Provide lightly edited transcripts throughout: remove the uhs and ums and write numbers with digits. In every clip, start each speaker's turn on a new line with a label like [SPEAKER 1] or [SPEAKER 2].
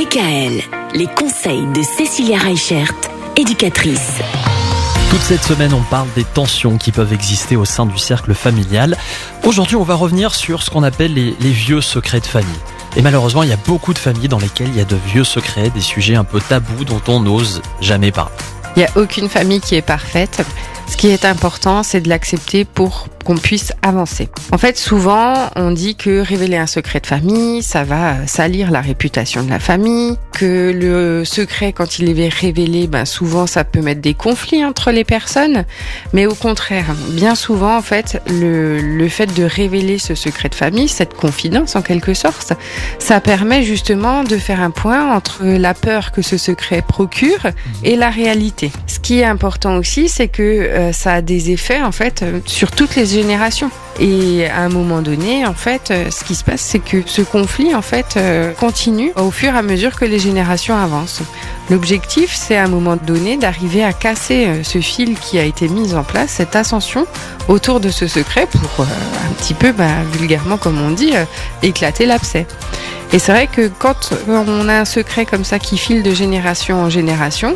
[SPEAKER 1] DKL, les conseils de Cécilia Reichert, éducatrice.
[SPEAKER 2] Toute cette semaine, on parle des tensions qui peuvent exister au sein du cercle familial. Aujourd'hui, on va revenir sur ce qu'on appelle les vieux secrets de famille. Et malheureusement, il y a beaucoup de familles dans lesquelles il y a de vieux secrets, des sujets un peu tabous dont on n'ose jamais parler.
[SPEAKER 3] Il n'y a aucune famille qui est parfaite. Ce qui est important, c'est de l'accepter pour qu'on puisse avancer. En fait, souvent, on dit que révéler un secret de famille, ça va salir la réputation de la famille, que le secret, quand il est révélé, souvent, ça peut mettre des conflits entre les personnes. Mais au contraire, bien souvent, en fait, le fait de révéler ce secret de famille, cette confidence, en quelque sorte, ça permet justement de faire un point entre la peur que ce secret procure et la réalité. Ce qui est important aussi, c'est que ça a des effets, en fait, sur toutes les générations. Et à un moment donné, en fait, ce qui se passe, c'est que ce conflit, en fait, continue au fur et à mesure que les générations avancent. L'objectif, c'est à un moment donné d'arriver à casser ce fil qui a été mis en place, cette ascension autour de ce secret pour un petit peu, vulgairement comme on dit, éclater l'abcès. Et c'est vrai que quand on a un secret comme ça qui file de génération en génération,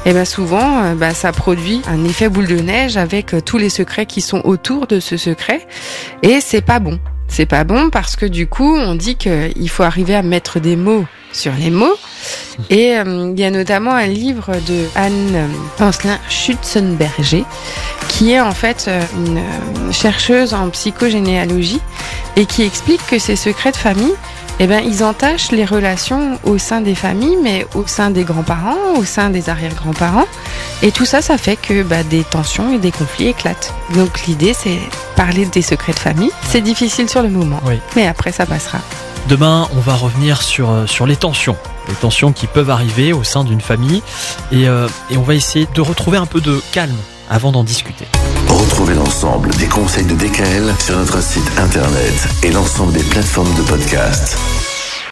[SPEAKER 3] souvent ça produit un effet boule de neige avec tous les secrets qui sont autour de ce secret, et c'est pas bon. C'est pas bon parce que du coup, on dit qu'il faut arriver à mettre des mots sur les mots. Et il y a notamment un livre de Anne Schutzenberger, qui est en fait une chercheuse en psychogénéalogie et qui explique que ces secrets de famille, ils entachent les relations au sein des familles, mais au sein des grands-parents, au sein des arrière-grands-parents. Et tout ça, ça fait que des tensions et des conflits éclatent. Donc l'idée, c'est parler des secrets de famille. C'est difficile sur le moment, mais après, ça passera.
[SPEAKER 2] Demain, on va revenir sur les tensions qui peuvent arriver au sein d'une famille. Et on va essayer de retrouver un peu de calme avant d'en discuter.
[SPEAKER 4] Retrouvez l'ensemble des conseils de DKL sur notre site internet et l'ensemble des plateformes de podcast.